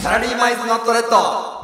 サラリーマイズノットレッド。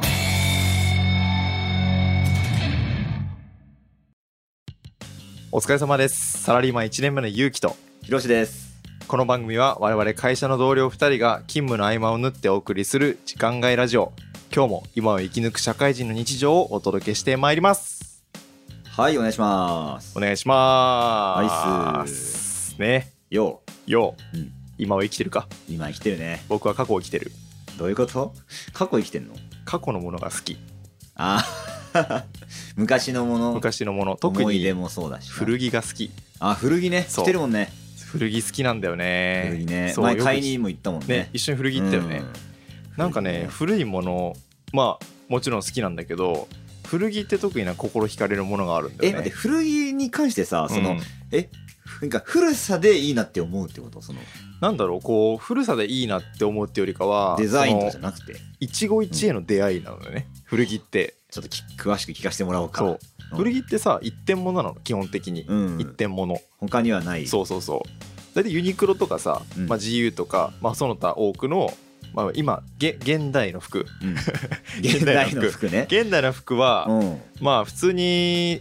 お疲れ様です。サラリーマン1年目のゆうきとひろしです。 この番組は我々会社の同僚2人が勤務の合間を縫ってお送りする時間外ラジオ。今日も今を生き抜く社会人の日常をお届けしてまいります。 はい、お願いします。 お願いしまナイすね。 よよう、 うん、 今を生きてるか。 今生きてるね。 僕は過去を生きてる。 どういうこと？過去生きてんの？ 過去のものが好き。 あ昔のもの、 昔のもの、特に思い出もそうだし古着が好き。 あ、古着ね、着てるもんね。 古着好きなんだよね。 古着ね、 そう、 前買いにも行ったもん ね。 一緒に古着行ったよね。なんかね、古いもの、まあもちろん好きなんだけど、古着って特に心惹かれるものがあるんだよね。 待って、古着に関してさ、その、なんか古さでいいなって思うってこと？そのなんだろう、こう古さでいいなって思うってよりかは、 デザインとかじゃなくて一期一会の出会いなのよね、古着って。 ちょっと詳しく聞かせてもらおうか。 そう、古着ってさ、一点物なの、基本的に、一点物、 他にはない。 そうそうそう。だいたいユニクロとかさ、GU とか、その他多くの、今現代の服、 現代の服ね。 現代の服は、普通に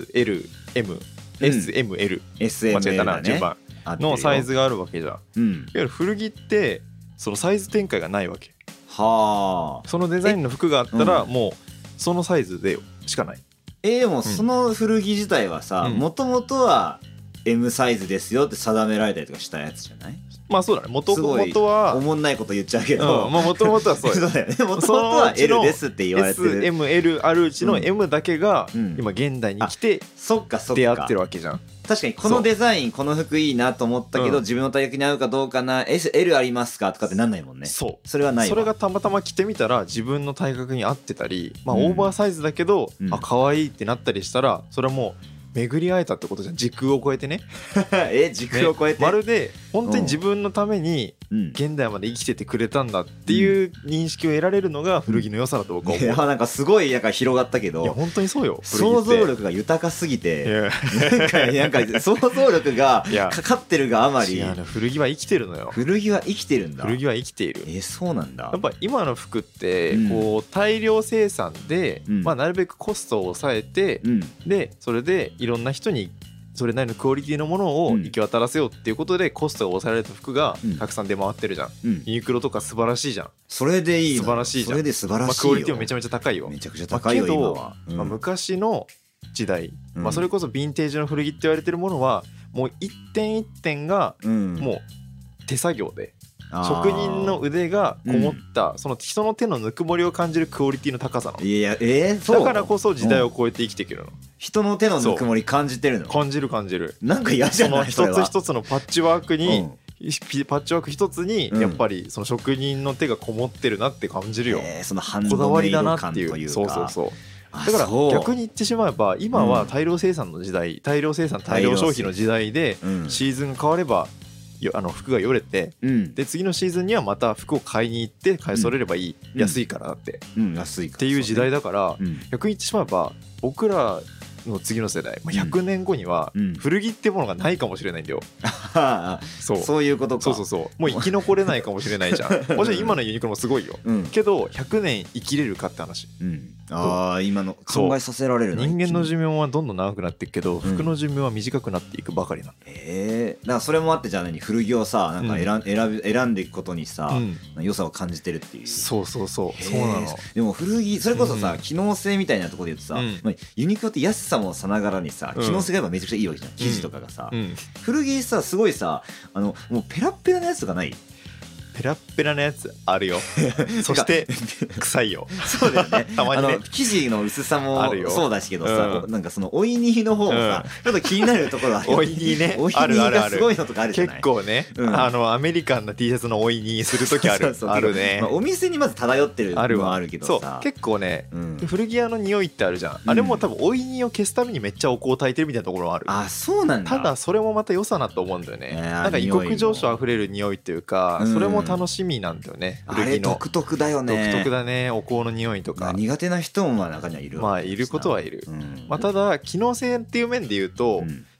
SLM、SML、間違えたな、順番のサイズがあるわけじゃん。いわゆる古着ってそのサイズ展開がないわけ。はあ。そのデザインの服があったらもうそのサイズでしかない。 でもその古着自体はさ、もともとは M サイズですよって定められたりとかしたやつじゃない？ まあそうだね。もともとはおもんないこと言っちゃうけど、 もともとはそうだよね。もともとは L ですって言われてる。 SML あるうちの M だけが今現代に来て出会ってるわけじゃん。 確かにこのデザイン、この服いいなと思ったけど、自分の体格に合うかどうかな、L ありますかとかってなんないもんね。それはないわ。 それがたまたま着てみたら自分の体格に合ってたり、オーバーサイズだけど可愛いってなったりしたら、それはもう巡り会えたってことじゃん。時空を超えてね。 時空を超えて、 まるで本当に自分のために現代まで生きててくれたんだっていう認識を得られるのが古着の良さだと僕は思う。 なんかすごい広がったけど、 いや本当にそうよ。 想像力が豊かすぎて、なんか想像力がかかってるがあまり、 古着は生きてるのよ。 古着は生きてるんだ。 古着は生きている。 そうなんだ。 やっぱ今の服ってこう大量生産で、なるべくコストを抑えて、でそれでいろんな人にそれなりのクオリティのものを行き渡らせようっていうことでコストが抑えられた服がたくさん出回ってるじゃん。ユニクロとか素晴らしいじゃん。 それでいいの。 素晴らしいじゃん。 それで素晴らしいよ。 クオリティもめちゃめちゃ高いよ。 めちゃくちゃ高いよ、今は。 昔の時代、それこそヴィンテージの古着って言われてるものはもう一点一点がもう手作業で、職人の腕がこもった、その人の手のぬくもりを感じるクオリティの高さなの。だからこそ時代を超えて生きていけるの。 人の手のぬくもり感じてるの？ 感じる。 なんか嫌じゃない？ その一つ一つのパッチワークに、パッチワーク一つにやっぱりその職人の手がこもってるなって感じるよ。 そのハンドメイド感というか。 そうだから逆に言ってしまえば今は大量生産の時代、大量生産大量消費の時代で、シーズンが変われば服がよれて、で次のシーズンにはまた服を買いに行って買い揃えればいい、安いからだって、っていう時代だから、逆に言ってしまえば僕らの次の世代、100年後には古着ってものがないかもしれないんだよ。 そういうことか。 そうもう生き残れないかもしれないじゃん。もちろん今のユニクロもすごいよ、けど100年生きれるかって話。 今の考えさせられるな。 人間の寿命はどんどん長くなっていくけど、服の寿命は短くなっていくばかりなんだ。 だからそれもあって、じゃあ古着をさ、なんか選んでいくことにさ、良さを感じてるっていう。 そうなの。 でも古着、それこそさ、機能性みたいなところで言うとさ、ユニクロって安さもさながらにさ、機能性がやっぱめちゃくちゃいいわけじゃん。生地とかがさ、古着さ、すごいさ、もうペラッペラなやつとかない？ ペラッペラなやつあるよ。そして臭いよ。 そうだよね。 たまにね。 生地の薄さもそうだしけどさ、なんかそのオイニーの方もさ、ちょっと気になるところあるよね。 オイニーね。 オイニーがすごいのとかあるじゃない。 結構ね、アメリカンな T シャツのオイニーするときある。あるね。 お店にまず漂ってるのはあるけどさ、 結構ね、古着屋の匂いってあるじゃん。あれも多分オイニーを消すためにめっちゃお香を焚いてるみたいなところもある。 そうなんだ。 ただそれもまた良さなと思うんだよね。なんか異国情緒あふれる匂いっていうか、それも楽しみなんだよね。 あれ独特だよね。 独特だね。お香の匂いとか苦手な人も中にはいる。 いることはいる。ただ機能性っていう面で言うと、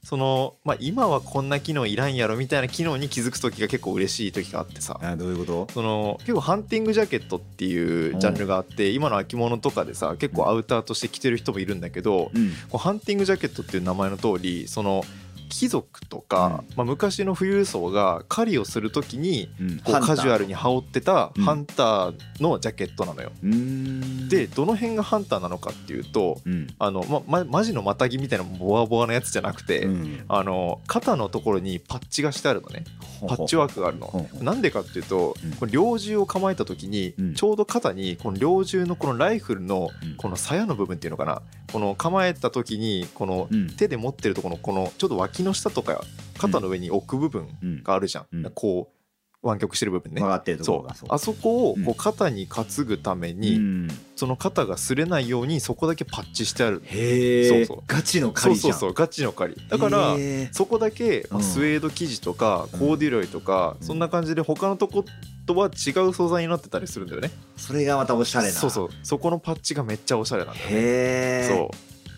その、まあ、今はこんな機能いらんやろみたいな機能に気づく時が結構嬉しい時があってさ。 どういうこと？ その結構ハンティングジャケットっていうジャンルがあって、今の秋物とかでさ結構アウターとして着てる人もいるんだけど、こうハンティングジャケットっていう名前の通り、その貴族とか、まあ、昔の富裕層が狩りをするときにこうカジュアルに羽織ってたハンターのジャケットなのよ。でどの辺がハンターなのかっていうと、マジのマタギみたいなボワボワなやつじゃなくて、肩のところにパッチがしてあるのね。パッチワークがあるの。なんでかっていうと、これ猟銃を構えた時にちょうど肩にこの猟銃のこのライフルのこの鞘の部分っていうのかな、この構えた時にこの手で持ってるところのこのちょっと脇の下とか肩の上に置く部分があるじゃん、こう湾曲してる部分ね。 曲がってるところが。 そう、あそこをこう肩に担ぐために、その肩が擦れないようにそこだけパッチしてある。 へえ。そうそう、ガチの狩りじゃん。 そうガチの狩りだから、そこだけスウェード生地とかコーデュロイとか、そんな感じで他のとことは違う素材になってたりするんだよね。 それがまたおしゃれな。 そこのパッチがめっちゃおしゃれなんだよね。 へえ。 そう、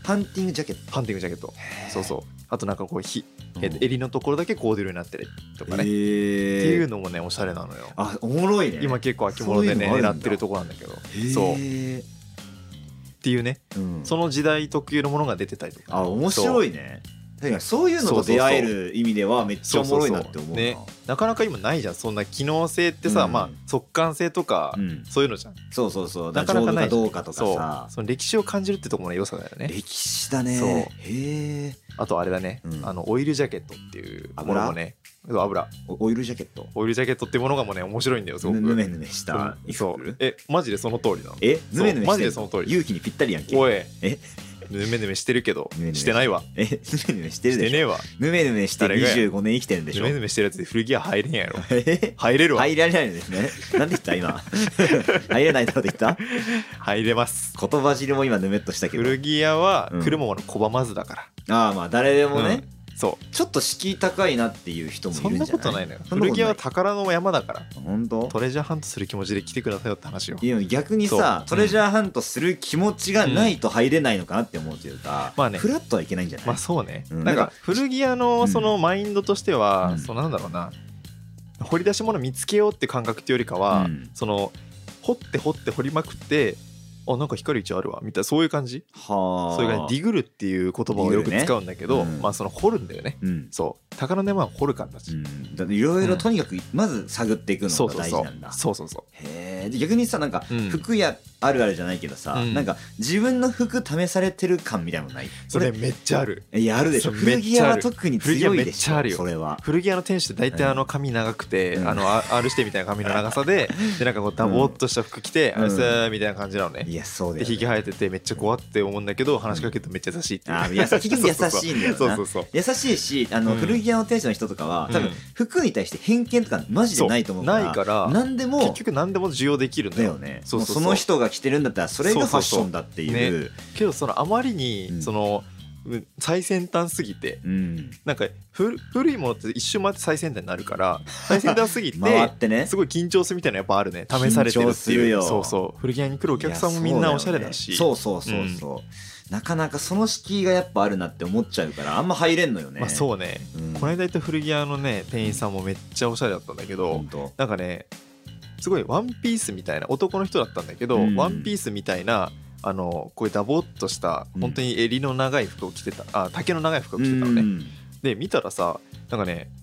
ハンティングジャケット。 ハンティングジャケット。そうあとなんかこう襟のところだけコーデュロイになってるとかね、っていうのもねおしゃれなのよ。 おもろいね。 今結構秋物でね狙ってるところなんだけど、そうっていうね、その時代特有のものが出てたりとか。 面白いね。そういうのと出会える意味ではめっちゃおもろいなって思うな。 なかなか今ないじゃん、そんな機能性ってさ、まあ速乾性とかそういうのじゃん。 そうなかなかない。 どうかとかさ、 その歴史を感じるってところの良さだよね。 歴史だね。へえ。 あとあれだね、オイルジャケットっていうものもね。油オイルジャケット。 オイルジャケットっていうものがもうね面白いんだよ、すごく。 ヌメヌメしたそう、マジでその通りなの。 ヌメヌメしてる。 マジでその通り。 勇気にぴったりやんけ。 おい、ヌメヌメしてるけどしてないわ。 ヌメヌメしてるでしょ。してねえわ。ヌメヌメして25年生きてるんでしょ。 ヌメヌメしてるやつで古着屋入れんやろ。入れるわ。 入られないんですね。なんで言った今。入れないだろうって言った。 入れます。 言葉尻も今ヌメっとしたけど。 古着屋は来るもの拒まずだから。 まあ誰でもね。 そうちょっと敷居高いなっていう人もいるんじゃない？ そんなことないのよ。古着屋は宝の山だから。 本当？ トレジャーハントする気持ちで来てくださいよって話よ。 いや逆にさ、トレジャーハントする気持ちがないと入れないのかなって思うというか、まあね、フラットはいけないんじゃない？ まあそうね。なんか古着屋のそのマインドとしては、そのなんだろうな、掘り出し物見つけようって感覚っていうよりかは、その掘って掘りまくって。なんか光る位置あるわみたいな、そういう感じ。そういう感じ。ディグルっていう言葉をよく使うんだけど、まあその掘るんだよね。そう宝の山は掘るからだし、 いろいろとにかくまず探っていくのが大事なんだ。 そうへえ。逆にさ、なんか服屋あるあるじゃないけどさ、なんか自分の服試されてる感みたいなのない？ それめっちゃある。 いやあるでしょ。古着屋は特に強いでしょ。それは古着屋の店主って大体髪長くてR 指定みたいな髪の長さでなんかこうダボっとした服着てあれさみたいな感じなのね。 いやそうだよね。 でひげ生えててめっちゃ怖って思うんだけど、話しかけるとめっちゃ優しいっていう。 結局優しいんだよな。優しいし、古着屋の店主の人とかは多分服に対して偏見とかマジでないと思うから、 ないから何でも結局何でも需要できるんだよね。その人が着てるんだったらそれがファッションだっていう。 けどそのあまりにその最先端すぎて、なんか古いものって一瞬回って最先端になるから最先端すぎてすごい緊張するみたいなやっぱあるね。試されてるっていう。そう古着屋に来るお客さんもみんなおしゃれだし、 そうなかなかその敷居がやっぱあるなって思っちゃうからあんま入れんのよね。 まあそうね。この間行った古着屋のね店員さんもめっちゃおしゃれだったんだけど、なんかねすごいワンピースみたいな男の人だったんだけど、ワンピースみたいなこういうダボっとした本当に襟の長い服を着てた、丈の長い服を着てたのね。で見たらさ、なんかね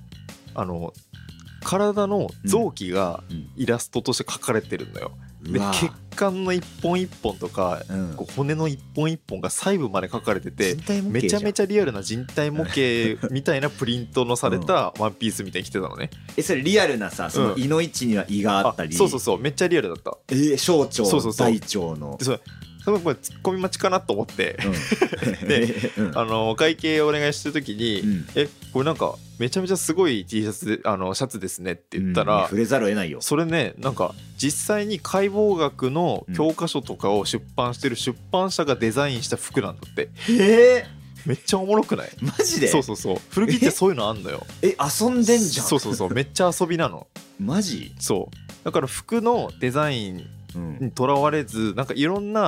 体の臓器がイラストとして描かれてるんだよ。で血管の一本一本とか、こう骨の一本一本が細部まで描かれてて、めちゃめちゃリアルな人体模型みたいなプリントのされたワンピースみたいに着てたのね。 それリアルなさ、その胃の位置には胃があったり、 そうめっちゃリアルだった。 小腸大腸の。 多分これツッコミ待ちかなと思ってでお会計お願いしてる時にこれなんかめちゃめちゃすごい T シャツでシャツですねって言ったら、 触れざるを得ないよ。 それね、なんか実際に解剖学の教科書とかを出版してる出版社がデザインした服なんだって。 へえ。 めっちゃおもろくない？ マジで？ そう古着ってそういうのあんのよ。 遊んでんじゃん。 そうめっちゃ遊びなの。 マジ？ そうだから服のデザインにとらわれず、なんかいろんな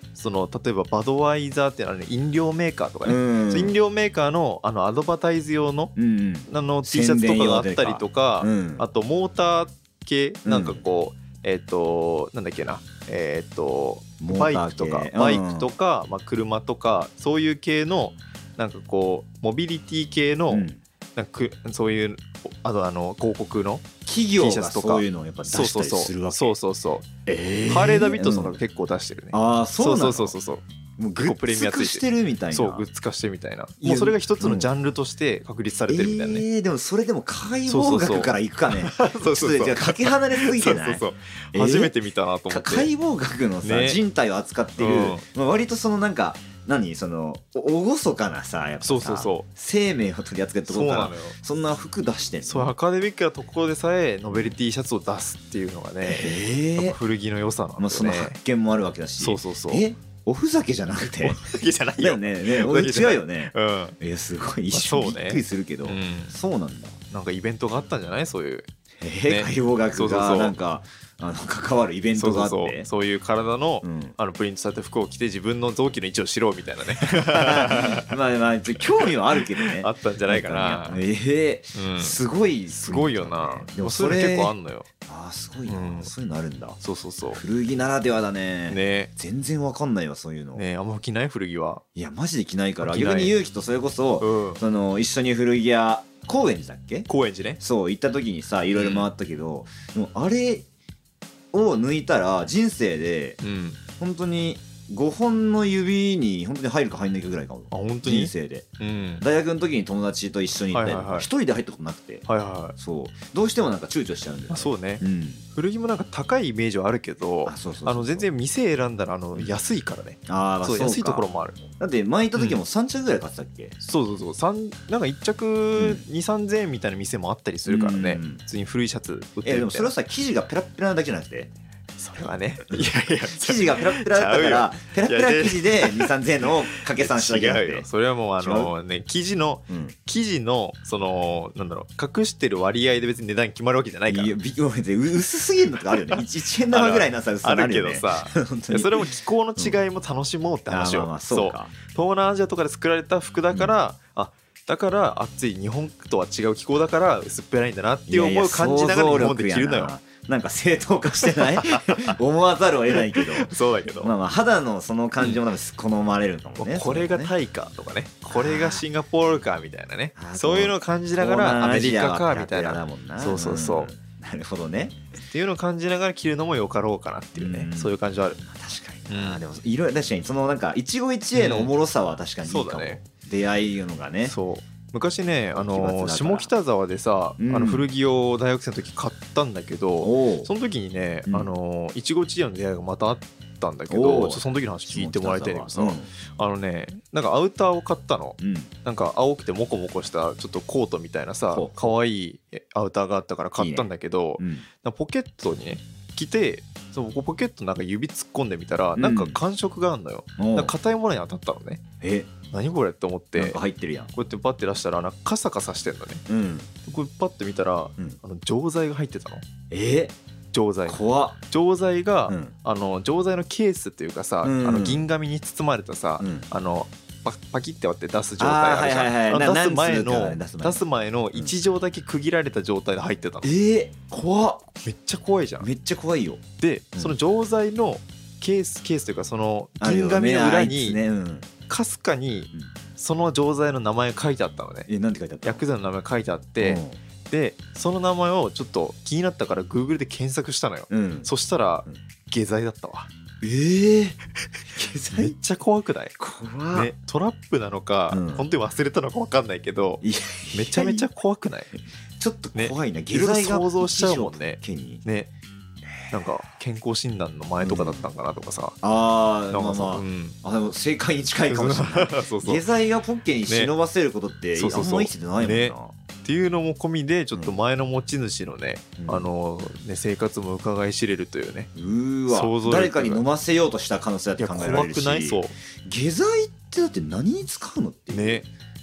その例えばバドワイザーって飲料メーカーとかね、飲料メーカーのアドバタイズ用の、T シャツとかがあったりとか、あとモーター系なんかこう、なんだっけな、バイクとか、まあ、車とかそういう系のなんかこうモビリティ系の、なんかそういう広告の企業がそういうのをやっぱ出したりするわけ。 そうハーレー・ダビッドソンが結構出してるね。 ああそうなの。 そうもうグッズ化してるみたいな。 そうグッズ化してるみたいな。もうそれが一つのジャンルとして確立されてるみたいなね。 でもそれでも解剖学からいくかね。そうかけ離れすぎてない。 初めて見たなと思って。 解剖学のさ人体を扱ってる割とそのなんかその厳かなさやっぱさ生命を取り扱うところからそんな服出してんの。 そうアカデミックなところでさえノベルティシャツを出すっていうのがね、古着の良さなんだよね。 その発見もあるわけだし。おふざけじゃなくて。 おふざけじゃないよね。違うよね。いやすごい一瞬びっくりするけど、そうなんだ。 なんかイベントがあったんじゃないそういう。 解剖学がなんか関わるイベントがあって、 そういう体のプリントされた服を着て自分の臓器の位置を知ろうみたいなね。 まあ興味はあるけどね。 あったんじゃないかな。 すごいよな。でもそれ結構あんのよ。 すごいな。そういうのあるんだ。 そう古着ならではだね。全然わかんないわそういうの。 あんま着ない古着は。 いやマジで着ないから。逆に勇気とそれこそ一緒に古着屋高円寺だっけ？ 高円寺ね。 そう行った時にさいろいろ回ったけど、もうあれを抜いたら人生で本当に5本の指に本当に入るか入んないかぐらいかも。 本当に人生で、大学の時に友達と一緒に行ったりとか一人で入ったことなくて、そうどうしてもなんか躊躇しちゃうんだよね。 そうね、古着もなんか高いイメージはあるけど全然店選んだら安いからね。そう安いところもある。 だって前行った時も3着ぐらい買ってたっけ？ そうなんか1着2,3000円みたいな店もあったりするからね。普通に古いシャツ売ってるみたいな。 でもそれはさ生地がペラペラなだけじゃなくてそれはね生地がペラペラだったからペラペラ生地で 2,3000 円の掛け算しただけなんで。 それはもう生地のそのなんだろう隠してる割合で別に値段決まるわけじゃないから。 薄すぎるのとかあるよね。1円玉ぐらいのさ薄さあるよね。 あるけどさそれも気候の違いも楽しもうって話を。そう東南アジアとかで作られた服だからだから暑い日本とは違う気候だから薄っぺらいんだなっていう思いを感じながら日本で着るのよ。 なんか正当化してない思わざるを得ないけど。 そうだけど肌のその感じも多分好まれるかもね。 これがタイかとかねこれがシンガポールかみたいなねそういうのを感じながらアメリカかみたいな。そうなるほどねっていうのを感じながら着るのもよかろうかなっていうねそういう感じはある。 確かにな。でもいろいろ確かにそのなんか一期一会のおもろさは確かにいいかも。出会いのがね。 そう昔ね下北沢でさ古着を大学生の時買ったんだけどその時にね一期一会の出会いがまたあったんだけどその時の話聞いてもらいたいんだけどさなんかアウターを買ったの。なんか青くてモコモコしたちょっとコートみたいなさ可愛いアウターがあったから買ったんだけどポケットにね着てポケットなんか指突っ込んでみたらなんか感触があるのよ。硬いものに当たったのね。何これって思ってなんか入ってるやん。 こうやってパッて出したらカサカサしてんのね。これパッて見たら錠剤が入ってたの。錠剤怖っ。 錠剤が錠剤のケースっていうかさ銀紙に包まれたさパキって割って出す状態あるじゃん。出す前の1錠だけ区切られた状態で入ってたの。 怖っ。 めっちゃ怖いじゃん。 めっちゃ怖いよ。 でその錠剤のケースというかその銀紙の裏にかすかにその錠剤の名前が書いてあったのね。 なんて書いてあった？ 薬剤の名前が書いてあってでその名前をちょっと気になったから Google で検索したのよ。そしたら下剤だったわ。めっちゃ怖くない？ 怖い。 トラップなのか本当に忘れたのか分かんないけどめちゃめちゃ怖くない？ ちょっと怖いな。 下剤が想像しちゃうもんね。なんか健康診断の前とかだったんかなとかさ。 でも正解に近いかもしれない。下剤がポッケに忍ばせることってあんま生きてないもんな。 っていうのも込みでちょっと前の持ち主のね生活も伺い知れるというね。 誰かに飲ませようとした可能性だって考えられるし。 怖くない？そう下剤ってだって何に使うのっていう。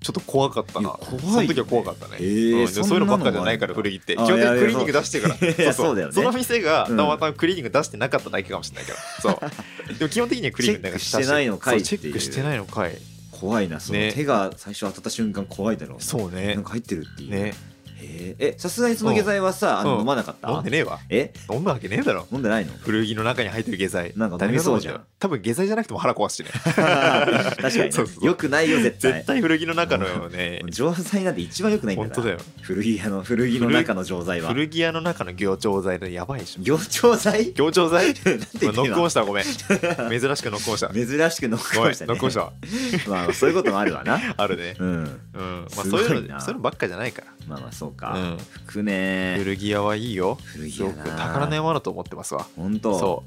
ちょっと怖かったな。 怖いね、 その時は怖かったね。そういうのばっかじゃないから古着って基本的にクリーニング出してからそうだよね。 その店がたまたまクリーニング出してなかっただけかもしれないけど、そうでも基本的にはクリーニングなんかチェックしてないのかいっていう。 チェックしてないのかい。 怖いな、その手が最初当たった瞬間怖いだろう。 そうね、 なんか入ってるっていうね。 さすがにその下剤はさ、飲まなかった？ 飲んでねえわ。飲むわけねえだろ。 飲んでないの？ 古着の中に入ってる下剤なんか飲みそうじゃん。 多分下剤じゃなくても腹壊すしね。 確かによくないよ絶対。 絶対古着の中のね錠剤なんて一番よくないんだから。本当だよ。古着の中の錠剤は。 古着屋の中の錠剤でやばいでしょ。 錠剤？ 錠剤？ノックオンしたごめん。珍しくノックオンした。 珍しくノックオンしたね。 ノックオンした。 まあそういうこともあるわな。 あるね。まあそういうのばっかじゃないから。 まあまあそうか。服ね。 古着屋はいいよ。 古着屋な。 宝の山だと思ってますわ。 本当。 そう。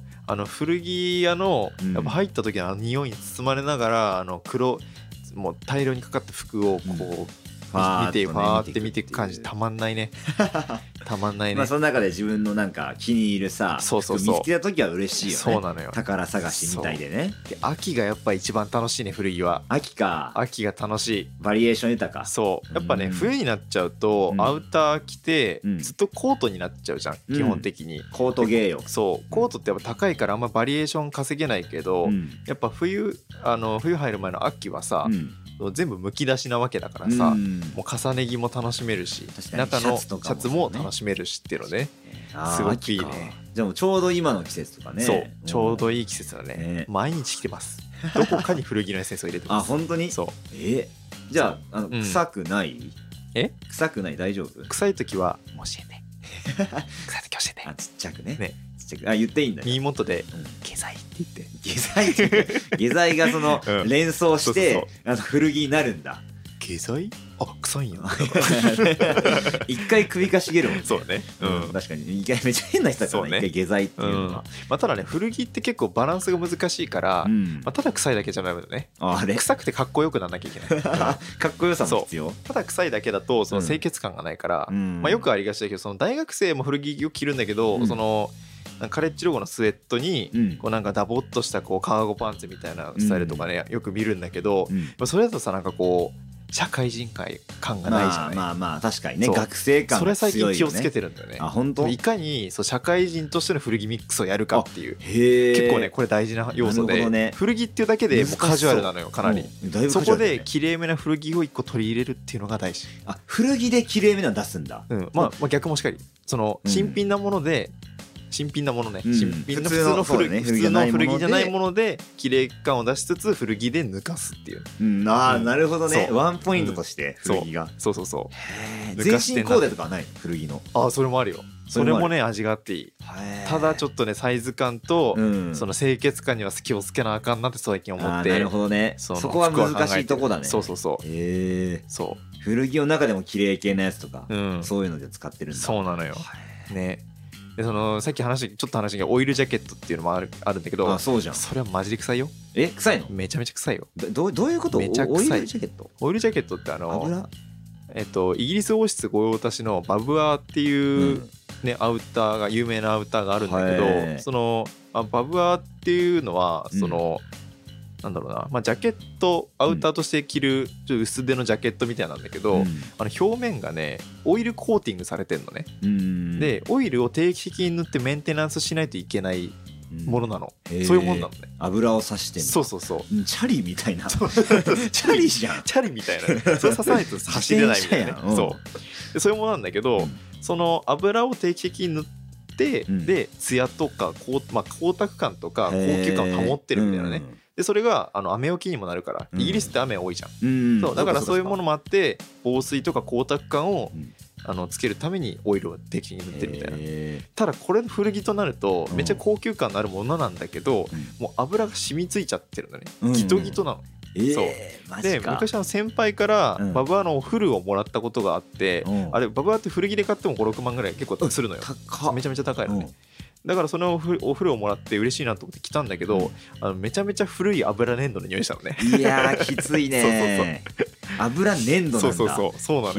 古着屋のやっぱ入った時の匂いに包まれながら黒もう大量にかかった服をこう見てファーって見ていく感じたまんないね。たまんないね。 まあその中で自分のなんか気に入るさ、 そう見つけた時は嬉しいよね。 そうなのよ。 宝探しみたいでね。 で秋がやっぱ一番楽しいね、古着は。秋が楽しい。 バリエーション豊か。 そうやっぱね、冬になっちゃうとアウター着てずっとコートになっちゃうじゃん、基本的に。 コートゲーよ。 そうコートってやっぱ高いからあんまバリエーション稼げないけど、やっぱ冬入る前の秋はさ、全部むき出しなわけだからさ、もう重ね着も楽しめるし、中のシャツも楽しめるしっていうので、すごくいいね。 じゃあもうちょうど今の季節とかね。 そうちょうどいい季節だね。毎日着てます。どこかに古着のエッセンスを入れてます。 あ、本当に？ そう。 じゃあ臭くない？臭くない？大丈夫？ 臭い時は教えて。臭い時教えて。 ちっちゃくね。言っていいんだよ。 耳元で下剤って言って。 下剤がその連想して古着になるんだ。 下剤？あ、臭いんや。 一回首かしげるもんね。 そうね。 確かに一回めっちゃ変な人だからね。一回下剤っていうのは。 まあただね、古着って結構バランスが難しいから、ただ臭いだけじゃないのね。臭くてかっこよくならなきゃいけない。 かっこよさも必要。 ただ臭いだけだとその清潔感がないから、まあよくありがちだけど、その大学生も古着を着るんだけど、そのカレッジロゴのスウェットにこうなんかダボっとしたこうカーゴパンツみたいなスタイルとかね、よく見るんだけど、それだとさ、なんかこう社会人感がないじゃない。 まあまあ確かにね、学生感が強いよね。 それ最近気をつけてるんだよね。 あ、本当？ いかに社会人としての古着ミックスをやるかっていう、結構ねこれ大事な要素で、古着っていうだけでもうカジュアルなのよ、かなり。そこで綺麗めな古着を一個取り入れるっていうのが大事。 あ、古着で綺麗めなの出すんだ。 まあ逆もしかり、その新品なもので新品なものね、新品の普通の古着じゃないもので綺麗感を出しつつ古着で抜かすっていう。 ああ、なるほどね。ワンポイントとして古着が。 そう全身コーデとかはない？古着の。 ああ、それもあるよ。それもね味があっていい。ただちょっとねサイズ感とその清潔感には気をつけなあかんなって最近思って。 なるほどね。そこは難しいとこだね。 そう。 古着の中でも綺麗系なやつとかそういうので使ってるんだ。 そうなのよ。ね。でさっきちょっと話がオイルジャケットっていうのもあるんだけど、 そうじゃん。 それはマジで臭いよ。 臭いの？ めちゃめちゃ臭いよ。 どういうこと？ めちゃ臭い。 オイルジャケット？ オイルジャケットってイギリス王室御用達のバブアーっていうね、アウターが有名なアウターがあるんだけど、そのバブアーっていうのはそのなんだろうな、まあ、ジャケットアウターとして着るちょっと薄手のジャケットみたいなんだけど、表面がねオイルコーティングされてんのね。でオイルを定期的に塗ってメンテナンスしないといけないものなの。そういうもんなのね。 油をさしてんの。 そうチャリみたいな。チャリじゃん。 チャリみたいな。それ刺さないと走れないみたいな。そういうものなんだけど、その油を定期的に塗ってでツヤとか光沢感とか高級感を保ってるみたいなね。でそれが雨置きにもなるから、イギリスって雨多いじゃん。そうだからそういうものもあって防水とか光沢感をつけるためにオイルを定期的に塗ってるみたいな。ただこれ古着となるとめっちゃ高級感のあるものなんだけど、もう油が染みついちゃってるのね。ギトギトなの。そうで昔先輩からバブアーのフルをもらったことがあって、あれバブアーって古着で買っても5、6万ぐらい結構するのよ。めちゃめちゃ高いのね。だからそのお風呂をもらって嬉しいなと思って来たんだけど、めちゃめちゃ古い油粘土の匂いしたのね。 いやーきついね。油粘土なんだ。 そうなのよ。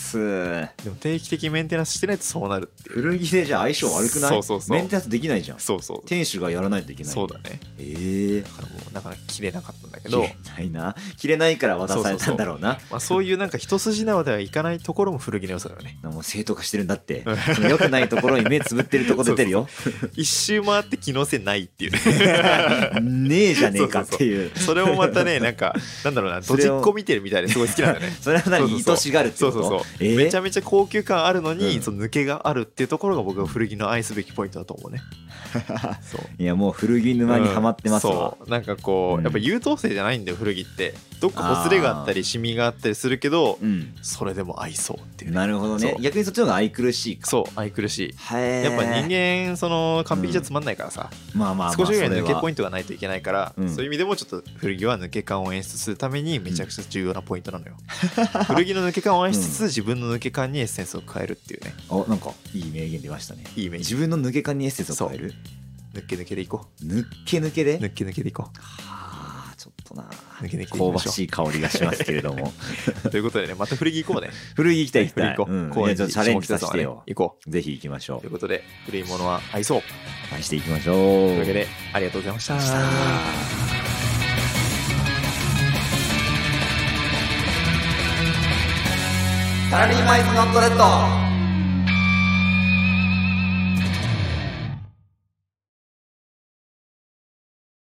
ス。 でも定期的メンテナンスしてないとそうなるっていう。 古着でじゃあ相性悪くない？ そうそうそう。 メンテナンスできないじゃん。 そうそう。 店主がやらないといけない。 そうだね。 だからもうなかなか切れなかったんだけど。 切れないな。切れないから渡されたんだろうな。 まあそういうなんか一筋縄ではいかないところも古着の良さだよね。 もう正当化してるんだって。その良くないところに目つぶってるとこ出てるよ。 一周回って機能性ないっていうねえじゃねえかっていう。 それもまたね、なんかなんだろうな、ドジっ子見てるみたいですごい好きなんだよね。 それは何、愛しがるってこと？ そうそうそう。めちゃめちゃ高級感あるのに、その抜けがあるっていうところが僕は古着の愛すべきポイントだと思うね。 そう。いやもう古着沼にはまってますわ。 そう。なんかこうやっぱ優等生じゃないんだよ古着って。どっかほつれがあったりシミがあったりするけど、それでも愛そうっていう。 なるほどね。逆にそっちの方が愛くるしいか。 そう、愛くるしい。やっぱ人間その完璧じゃつまんないからさ。 まあまあ少しぐらい抜けポイントがないといけないから、そういう意味でもちょっと古着は抜け感を演出するためにめちゃくちゃ重要なポイントなのよ。古着の抜け感を演出しつつ自分の抜け感にエッセンスを加えるっていうね。 なんかいい名言出ましたね。 いい名言。 自分の抜け感にエッセンスを加える。 抜け抜けでいこう。 抜け抜けで？ 抜け抜けでいこう。 はあ、ちょっとな。 抜け抜け香ばしい香りがしますけれども。 ということでね、また古着行こうね。 古着行きたい行きたい。 こういうチャレンジさせてよ。行こう。ぜひ行きましょう。 ということで古いものは愛そう。 愛していきましょう。というわけでありがとうございました。 サラリーマイズノットレッド。